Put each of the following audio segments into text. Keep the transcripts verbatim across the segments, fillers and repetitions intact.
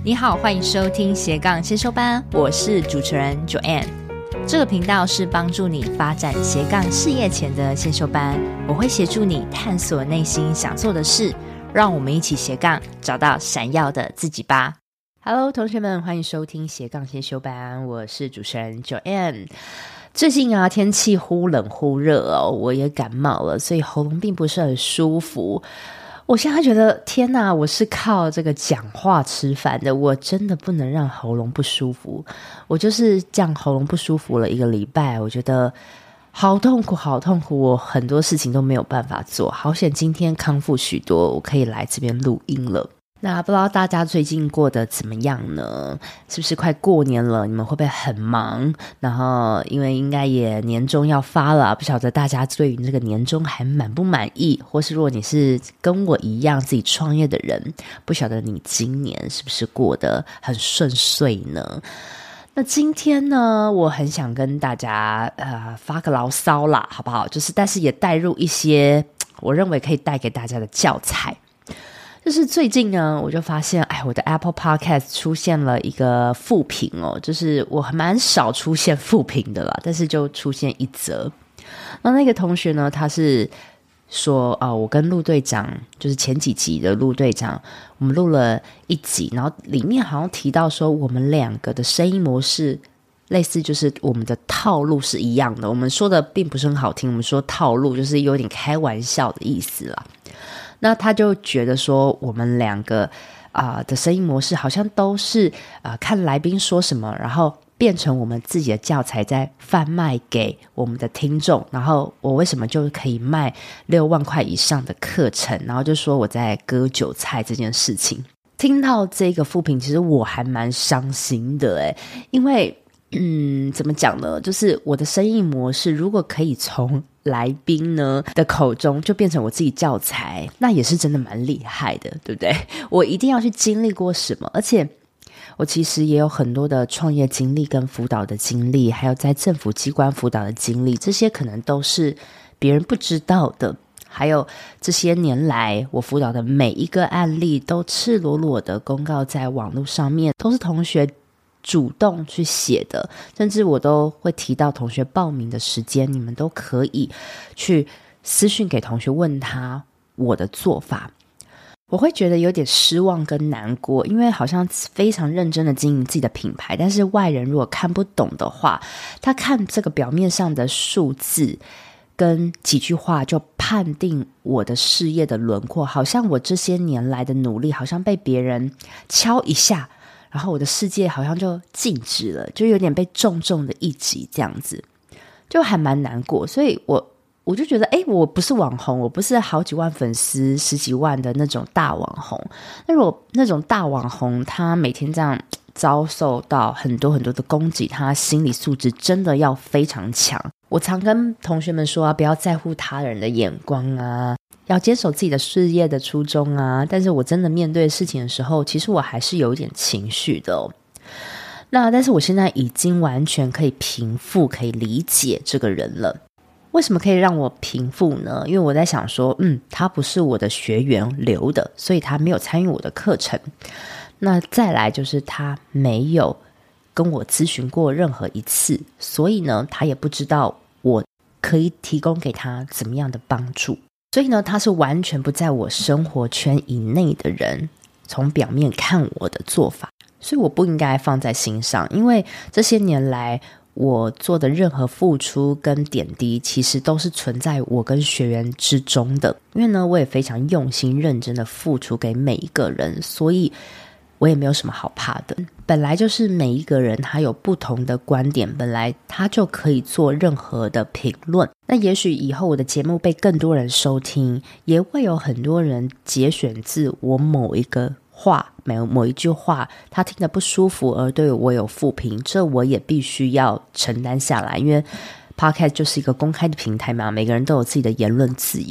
你好，欢迎收听斜杠先修班，我是主持人 Joanne。 这个频道是帮助你发展斜杠事业前的先修班，我会协助你探索内心想做的事，让我们一起斜杠找到闪耀的自己吧。 Hello 同学们，欢迎收听斜杠先修班，我是主持人 Joanne。最近啊，天气忽冷忽热哦，我也感冒了，所以喉咙并不是很舒服。我现在觉得天哪，我是靠这个讲话吃饭的，我真的不能让喉咙不舒服。我就是这样喉咙不舒服了一个礼拜，我觉得好痛苦好痛苦，我很多事情都没有办法做。好险今天康复许多，我可以来这边录音了。那不知道大家最近过得怎么样呢？是不是快过年了？你们会不会很忙？然后因为应该也年终要发了，不晓得大家对于这个年终还满不满意？或是如果你是跟我一样自己创业的人，不晓得你今年是不是过得很顺遂呢？那今天呢，我很想跟大家呃发个牢骚啦，好不好？就是但是也带入一些我认为可以带给大家的教材。就是最近呢，我就发现，哎，我的 Apple Podcast 出现了一个负评哦，就是我蛮少出现负评的啦，但是就出现一则。那那个同学呢，他是说，呃，我跟陆队长，就是前几集的陆队长，我们录了一集，然后里面好像提到说，我们两个的声音模式类似，就是我们的套路是一样的。我们说的并不是很好听，我们说套路就是有点开玩笑的意思啦。那他就觉得说我们两个啊、呃、的声音模式好像都是啊、呃、看来宾说什么，然后变成我们自己的教材在贩卖给我们的听众，然后我为什么就可以卖六万块以上的课程，然后就说我在割韭菜这件事情。听到这个负评，其实我还蛮伤心的诶，因为嗯，怎么讲呢？就是我的生意模式，如果可以从来宾呢的口中就变成我自己教材，那也是真的蛮厉害的，对不对？我一定要去经历过什么，而且我其实也有很多的创业经历跟辅导的经历，还有在政府机关辅导的经历，这些可能都是别人不知道的。还有这些年来我辅导的每一个案例都赤裸裸的公告在网络上面，都是同学主动去写的，甚至我都会提到同学报名的时间，你们都可以去私讯给同学问他我的做法。我会觉得有点失望跟难过，因为好像非常认真的经营自己的品牌，但是外人如果看不懂的话，他看这个表面上的数字跟几句话就判定我的事业的轮廓，好像我这些年来的努力好像被别人敲一下，然后我的世界好像就静止了，就有点被重重的一击，这样子就还蛮难过。所以我我就觉得诶，我不是网红，我不是好几万粉丝十几万的那种大网红，那如果那种大网红他每天这样遭受到很多很多的攻击，他心理素质真的要非常强。我常跟同学们说啊，不要在乎他人的眼光啊，要坚守自己的事业的初衷啊，但是我真的面对事情的时候，其实我还是有一点情绪的哦。那但是我现在已经完全可以平复，可以理解这个人了。为什么可以让我平复呢？因为我在想说，嗯，他不是我的学员留的，所以他没有参与我的课程。那再来就是他没有跟我咨询过任何一次，所以呢，他也不知道我可以提供给他怎么样的帮助。所以呢，他是完全不在我生活圈以内的人，从表面看我的做法，所以我不应该放在心上。因为这些年来我做的任何付出跟点滴，其实都是存在我跟学员之中的。因为呢，我也非常用心认真的付出给每一个人，所以我也没有什么好怕的。本来就是每一个人他有不同的观点，本来他就可以做任何的评论。那也许以后我的节目被更多人收听，也会有很多人节选自我某一个话，某某一句话他听得不舒服而对我有负评，这我也必须要承担下来。因为 Podcast 就是一个公开的平台嘛，每个人都有自己的言论自由。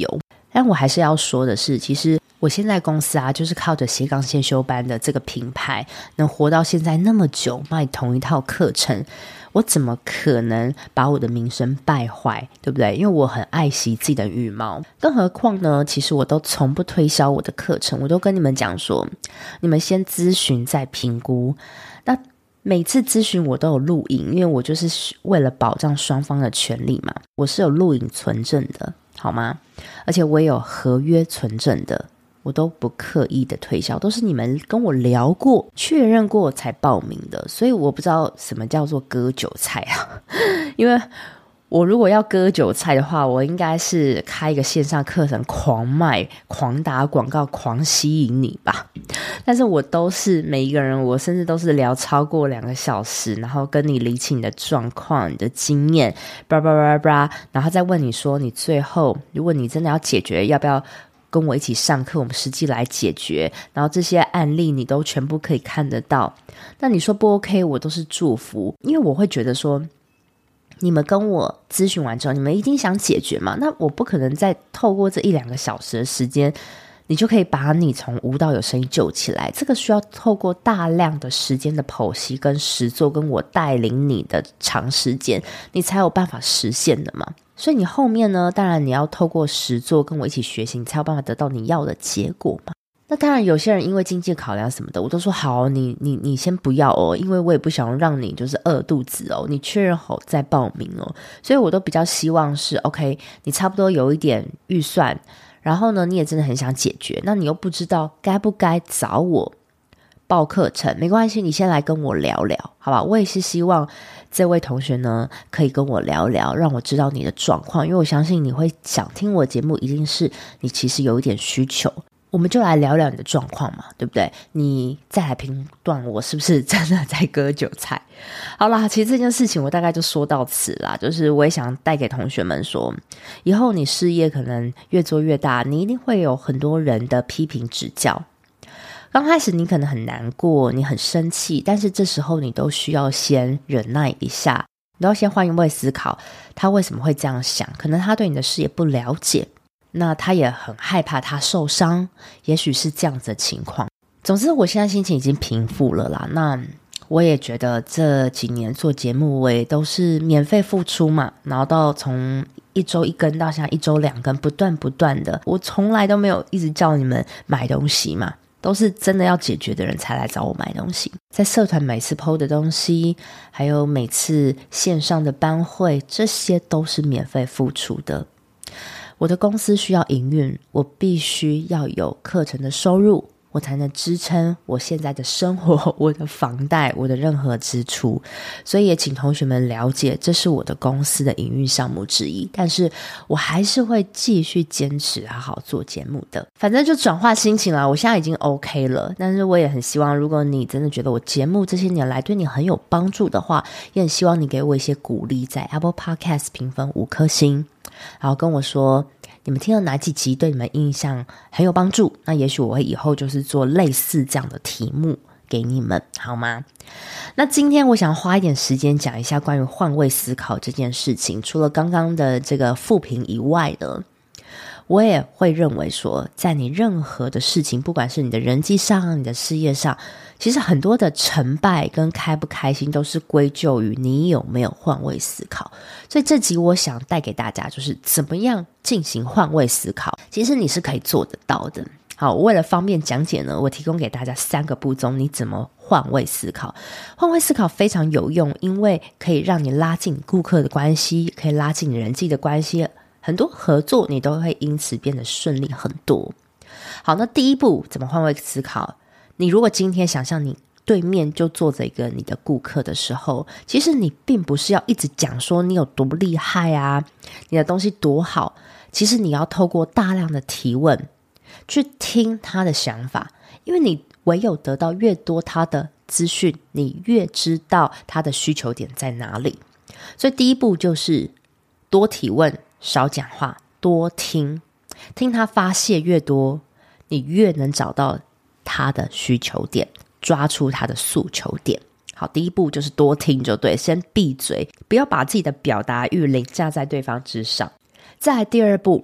但我还是要说的是，其实我现在公司啊，就是靠着斜杠先修班的这个品牌能活到现在那么久，卖同一套课程，我怎么可能把我的名声败坏，对不对？因为我很爱惜自己的羽毛，更何况呢，其实我都从不推销我的课程，我都跟你们讲说，你们先咨询再评估。那每次咨询我都有录影，因为我就是为了保障双方的权利嘛，我是有录影存证的，好吗？而且我也有合约存证的，我都不刻意的推销，都是你们跟我聊过确认过才报名的，所以我不知道什么叫做割韭菜啊因为我如果要割韭菜的话，我应该是开一个线上课程狂卖狂打广告狂吸引你吧，但是我都是每一个人，我甚至都是聊超过两个小时，然后跟你理清你的状况你的经验叭叭叭叭，然后再问你说你最后如果你真的要解决，要不要跟我一起上课，我们实际来解决，然后这些案例你都全部可以看得到。那你说不 OK， 我都是祝福，因为我会觉得说你们跟我咨询完之后，你们一定想解决嘛，那我不可能再透过这一两个小时的时间你就可以把你从无到有生意救起来，这个需要透过大量的时间的剖析跟实作，跟我带领你的长时间，你才有办法实现的嘛。所以你后面呢，当然你要透过实作跟我一起学习，你才有办法得到你要的结果嘛。那当然有些人因为经济考量什么的，我都说好，你你你先不要哦，因为我也不想让你就是饿肚子哦，你确认好再报名哦。所以我都比较希望是 OK， 你差不多有一点预算，然后呢你也真的很想解决，那你又不知道该不该找我报课程，没关系，你先来跟我聊聊好吧。我也是希望这位同学呢可以跟我聊聊，让我知道你的状况，因为我相信你会想听我的节目，一定是你其实有一点需求，我们就来聊聊你的状况嘛，对不对？你再来评断我是不是真的在割韭菜。好啦，其实这件事情我大概就说到此啦，就是我也想带给同学们说，以后你事业可能越做越大，你一定会有很多人的批评指教，刚开始你可能很难过，你很生气，但是这时候你都需要先忍耐一下，你都要先换位思考，他为什么会这样想，可能他对你的事业不了解，那他也很害怕他受伤，也许是这样子的情况。总之我现在心情已经平复了啦，那我也觉得这几年做节目我也都是免费付出嘛，然后到从一周一更到现在一周两更，不断不断的，我从来都没有一直叫你们买东西嘛，都是真的要解决的人才来找我买东西。在社团每次 po 的东西，还有每次线上的班会，这些都是免费付出的。我的公司需要营运，我必须要有课程的收入，我才能支撑我现在的生活，我的房贷，我的任何支出。所以也请同学们了解，这是我的公司的营运项目之一，但是我还是会继续坚持好好做节目的。反正就转化心情啦，我现在已经 OK 了，但是我也很希望，如果你真的觉得我节目这些年来对你很有帮助的话，也很希望你给我一些鼓励，在 Apple Podcast 评分五颗星，然后跟我说你们听了哪几集对你们印象很有帮助，那也许我会以后就是做类似这样的题目给你们，好吗？那今天我想花一点时间讲一下关于换位思考这件事情，除了刚刚的这个负评以外呢，我也会认为说，在你任何的事情，不管是你的人际上，你的事业上，其实很多的成败跟开不开心都是归咎于你有没有换位思考。所以这集我想带给大家就是怎么样进行换位思考，其实你是可以做得到的。好，为了方便讲解呢，我提供给大家三个步骤，你怎么换位思考。换位思考非常有用，因为可以让你拉近顾客的关系，可以拉近人际的关系，很多合作你都会因此变得顺利很多。好，那第一步怎么换位思考？你如果今天想象你对面就坐着一个你的顾客的时候，其实你并不是要一直讲说你有多厉害啊，你的东西多好，其实你要透过大量的提问去听他的想法，因为你唯有得到越多他的资讯，你越知道他的需求点在哪里。所以第一步就是多提问，少讲话，多听，听他发泄越多，你越能找到他的需求点，抓出他的诉求点。好，第一步就是多听就对，先闭嘴，不要把自己的表达欲凌驾在对方之上。再来第二步，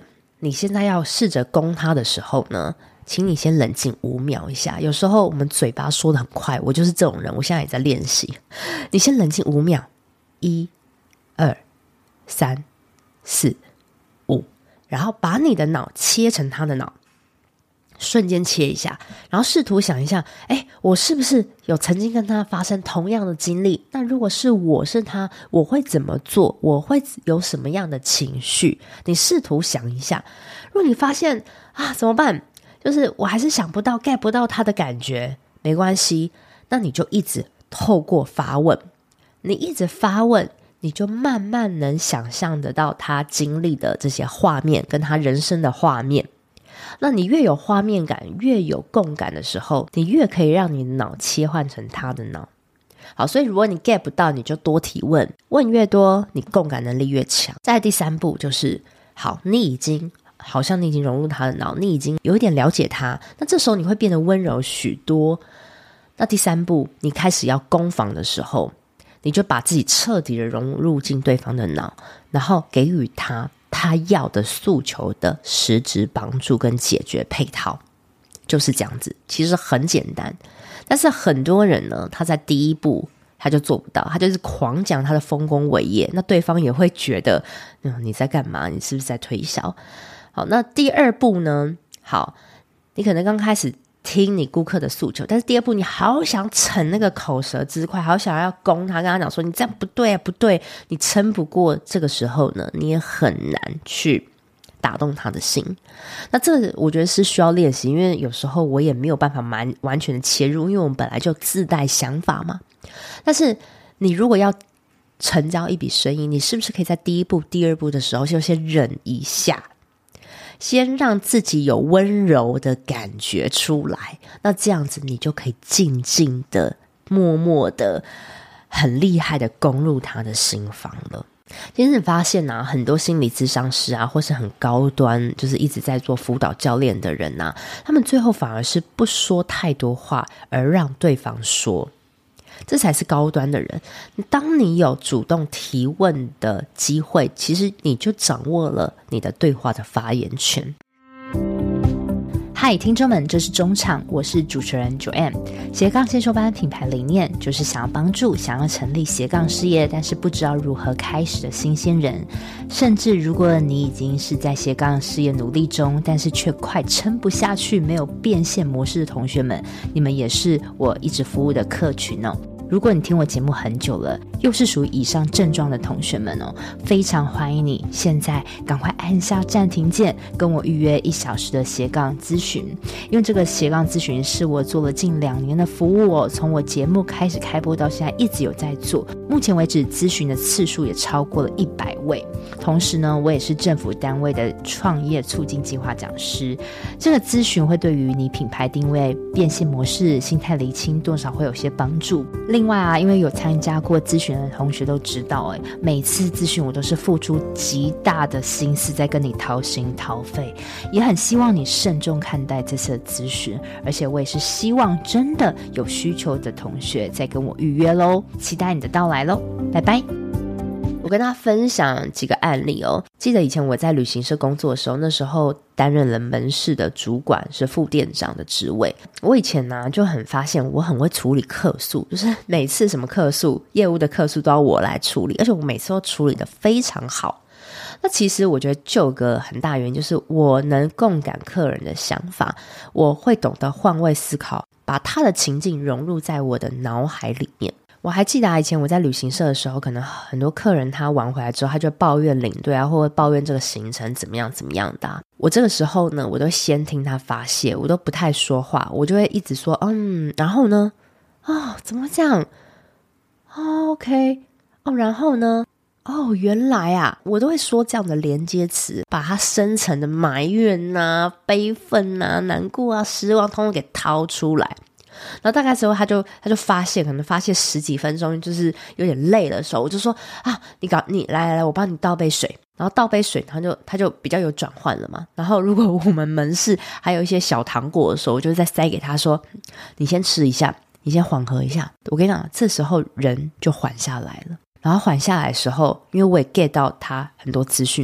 你现在要试着攻他的时候呢，请你先冷静五秒一下。有时候我们嘴巴说得很快，我就是这种人，我现在也在练习。你先冷静五秒，一、二、三、四、五，然后把你的脑切成他的脑，瞬间切一下，然后试图想一下，诶，我是不是有曾经跟他发生同样的经历？那如果是我是他，我会怎么做？我会有什么样的情绪？你试图想一下。如果你发现啊，怎么办？就是我还是想不到 get 不到他的感觉，没关系，那你就一直透过发问，你一直发问，你就慢慢能想象得到他经历的这些画面跟他人生的画面。那你越有画面感，越有共感的时候，你越可以让你的脑切换成他的脑。好，所以如果你 get 不到，你就多提问，问越多，你共感能力越强。再来第三步就是，好，你已经好像你已经融入他的脑，你已经有一点了解他，那这时候你会变得温柔许多。那第三步，你开始要攻防的时候，你就把自己彻底的融入进对方的脑，然后给予他他要的诉求的实质帮助跟解决配套，就是这样子。其实很简单，但是很多人呢，他在第一步他就做不到，他就是狂讲他的丰功伟业，那对方也会觉得、嗯、你在干嘛？你是不是在推销？好，那第二步呢？好，你可能刚开始听你顾客的诉求，但是第二步你好想逞那个口舌之快，好想要攻他，跟他讲说你这样不对啊不对，你撑不过这个时候呢，你也很难去打动他的心。那这我觉得是需要练习，因为有时候我也没有办法完完全的切入，因为我们本来就自带想法嘛。但是你如果要成交一笔生意，你是不是可以在第一步第二步的时候就先忍一下，先让自己有温柔的感觉出来，那这样子你就可以静静的默默的很厉害的攻入他的心房了。其实你发现啊，很多心理咨商师啊，或是很高端就是一直在做辅导教练的人啊，他们最后反而是不说太多话，而让对方说，这才是高端的人。当你有主动提问的机会，其实你就掌握了你的对话的发言权。 嗨，听众们，这是中场，我是主持人 Joanne。 斜杠先修班品牌理念就是想要帮助想要成立斜杠事业但是不知道如何开始的新鲜人，甚至如果你已经是在斜杠事业努力中，但是却快撑不下去，没有变现模式的同学们，你们也是我一直服务的客群哦。如果你听我节目很久了，又是属于以上症状的同学们哦，非常欢迎你现在赶快按下暂停键，跟我预约一小时的斜杠咨询。因为这个斜杠咨询是我做了近两年的服务哦，从我节目开始开播到现在一直有在做，目前为止咨询的次数也超过了一百位。同时呢，我也是政府单位的创业促进计划讲师。这个咨询会对于你品牌定位、变现模式、心态厘清多少会有些帮助。另外啊，因为有参加过咨询的同学都知道，哎，每次咨询我都是付出极大的心思在跟你掏心掏肺，也很希望你慎重看待这次的咨询，而且我也是希望真的有需求的同学再跟我预约咯，期待你的到来咯，拜拜。 我跟大家分享几个案例哦。记得以前我在旅行社工作的时候，那时候担任了门市的主管，是副店长的职位。我以前呢、啊、就很发现我很会处理客诉，就是每次什么客诉，业务的客诉都要我来处理，而且我每次都处理得非常好。那其实我觉得就有个很大原因，就是我能共感客人的想法，我会懂得换位思考，把他的情境融入在我的脑海里面。我还记得啊，以前我在旅行社的时候，可能很多客人他玩回来之后，他就抱怨领队啊，或者抱怨这个行程怎么样怎么样的、啊、我这个时候呢，我都先听他发泄，我都不太说话，我就会一直说嗯，然后呢哦，怎么会这样哦 OK 哦，然后呢哦，原来啊，我都会说这样的连接词，把他深层的埋怨啊、悲愤啊、难过啊、失望通通给掏出来。然后大概之后他就他就发现，可能发现十几分钟就是有点累的时候，我就说啊，你搞你来来来，我帮你倒杯水。然后倒杯水，他就他就比较有转换了嘛。然后如果我们门市还有一些小糖果的时候，我就再塞给他说，你先吃一下，你先缓和一下。我跟你讲，这时候人就缓下来了。然后缓下来的时候，因为我也 get 到他很多资讯了，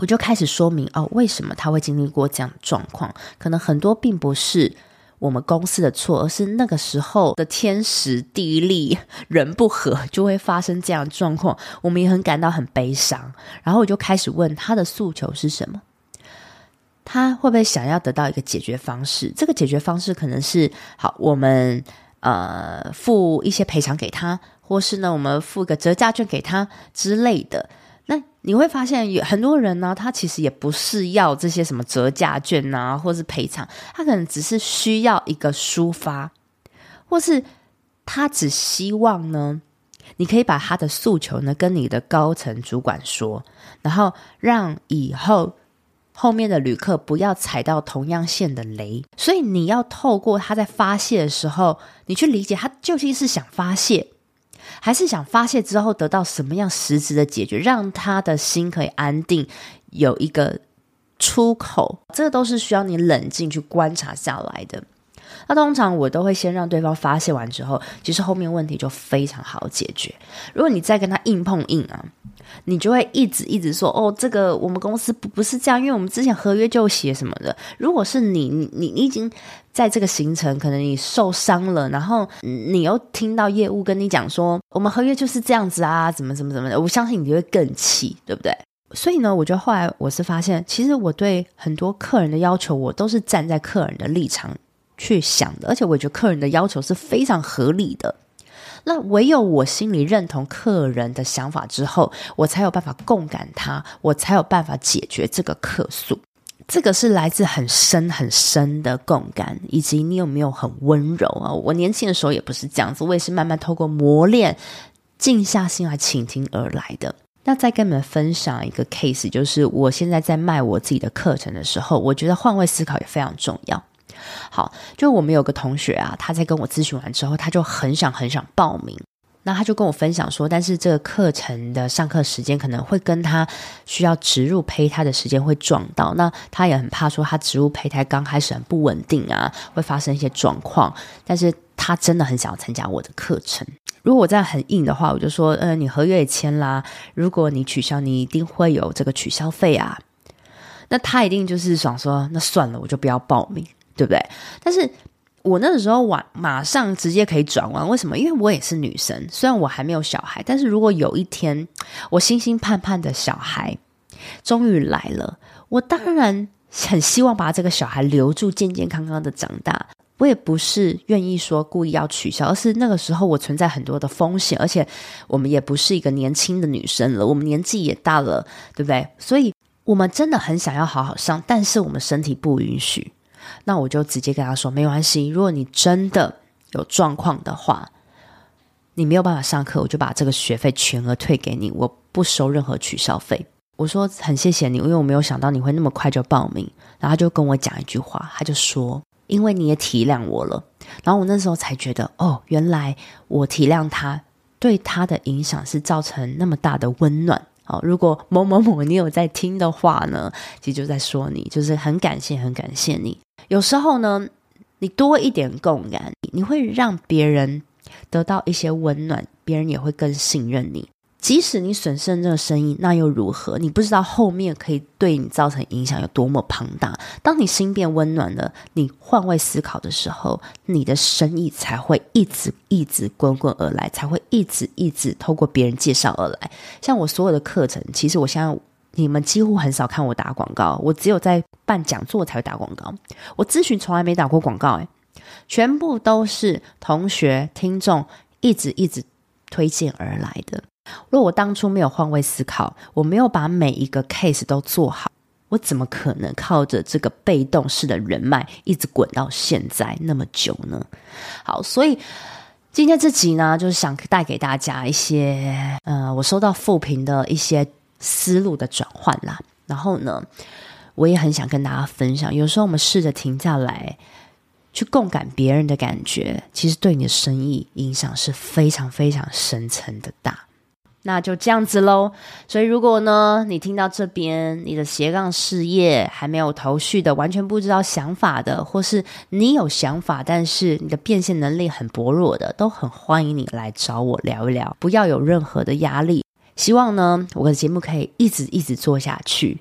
我就开始说明哦，为什么他会经历过这样的状况，可能很多并不是我们公司的错，而是那个时候的天时地利人不合，就会发生这样的状况，我们也很感到很悲伤。然后我就开始问他的诉求是什么，他会不会想要得到一个解决方式，这个解决方式可能是好，我们呃付一些赔偿给他，或是呢我们付个折价券给他之类的。那你会发现有很多人呢，他其实也不是要这些什么折价券啊，或是赔偿，他可能只是需要一个抒发，或是他只希望呢，你可以把他的诉求呢跟你的高层主管说，然后让以后后面的旅客不要踩到同样线的雷。所以你要透过他在发泄的时候，你去理解他究竟是想发泄，还是想发泄之后得到什么样实质的解决，让他的心可以安定，有一个出口。这个都是需要你冷静去观察下来的。那通常我都会先让对方发泄完之后，其实后面问题就非常好解决。如果你再跟他硬碰硬啊，你就会一直一直说哦，这个我们公司不不是这样，因为我们之前合约就写什么的。如果是你你你已经在这个行程可能你受伤了，然后你又听到业务跟你讲说我们合约就是这样子啊，怎么怎么怎么的，我相信你就会更气，对不对？所以呢，我觉得后来我是发现，其实我对很多客人的要求，我都是站在客人的立场去想的，而且我觉得客人的要求是非常合理的。那唯有我心里认同客人的想法之后，我才有办法共感他，我才有办法解决这个客诉。这个是来自很深很深的共感，以及你有没有很温柔啊？我年轻的时候也不是这样子，我也是慢慢透过磨练，静下心来倾听而来的。那再跟你们分享一个 case， 就是我现在在卖我自己的课程的时候，我觉得换位思考也非常重要。好，就我们有个同学啊，他在跟我咨询完之后，他就很想很想报名。那他就跟我分享说，但是这个课程的上课时间可能会跟他需要植入胚胎的时间会撞到，那他也很怕说他植入胚胎刚开始很不稳定啊，会发生一些状况，但是他真的很想要参加我的课程。如果我这样很硬的话，我就说呃，你合约也签啦，如果你取消，你一定会有这个取消费啊。那他一定就是想说，那算了，我就不要报名，对不对？但是我那个时候马上直接可以转弯，为什么？因为我也是女生，虽然我还没有小孩，但是如果有一天我心心盼盼的小孩终于来了，我当然很希望把这个小孩留住，健健康康的长大。我也不是愿意说故意要取消，而是那个时候我存在很多的风险，而且我们也不是一个年轻的女生了，我们年纪也大了，对不对？所以我们真的很想要好好上，但是我们身体不允许。那我就直接跟他说，没关系，如果你真的有状况的话，你没有办法上课，我就把这个学费全额退给你，我不收任何取消费。我说很谢谢你，因为我没有想到你会那么快就报名。然后他就跟我讲一句话，他就说因为你也体谅我了。然后我那时候才觉得，哦，原来我体谅他对他的影响是造成那么大的温暖。哦，如果某某某你有在听的话呢，其实就在说你，就是很感谢很感谢你。有时候呢，你多一点共感，你会让别人得到一些温暖，别人也会更信任你。即使你损失这个生意，那又如何？你不知道后面可以对你造成影响有多么庞大。当你心变温暖了，你换位思考的时候，你的生意才会一直一直滚滚而来，才会一直一直透过别人介绍而来。像我所有的课程，其实我现在你们几乎很少看我打广告，我只有在办讲座才会打广告。我咨询从来没打过广告，诶，全部都是同学听众一直一直推荐而来的。如果我当初没有换位思考，我没有把每一个 case 都做好，我怎么可能靠着这个被动式的人脉一直滚到现在那么久呢？好，所以今天这集呢，就是想带给大家一些呃，我收到负评的一些思路的转换啦。然后呢，我也很想跟大家分享，有时候我们试着停下来去共感别人的感觉，其实对你的生意影响是非常非常深层的大。那就这样子咯。所以如果呢你听到这边，你的斜杠事业还没有头绪的，完全不知道想法的，或是你有想法但是你的变现能力很薄弱的，都很欢迎你来找我聊一聊，不要有任何的压力。希望呢我的节目可以一直一直做下去。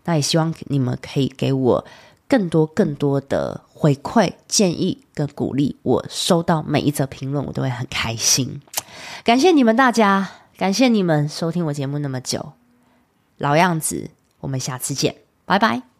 那也希望你们可以给我更多更多的回馈、建议跟鼓励，我收到每一则评论我都会很开心。感谢你们大家，感谢你们收听我节目那么久，老样子，我们下次见，拜拜。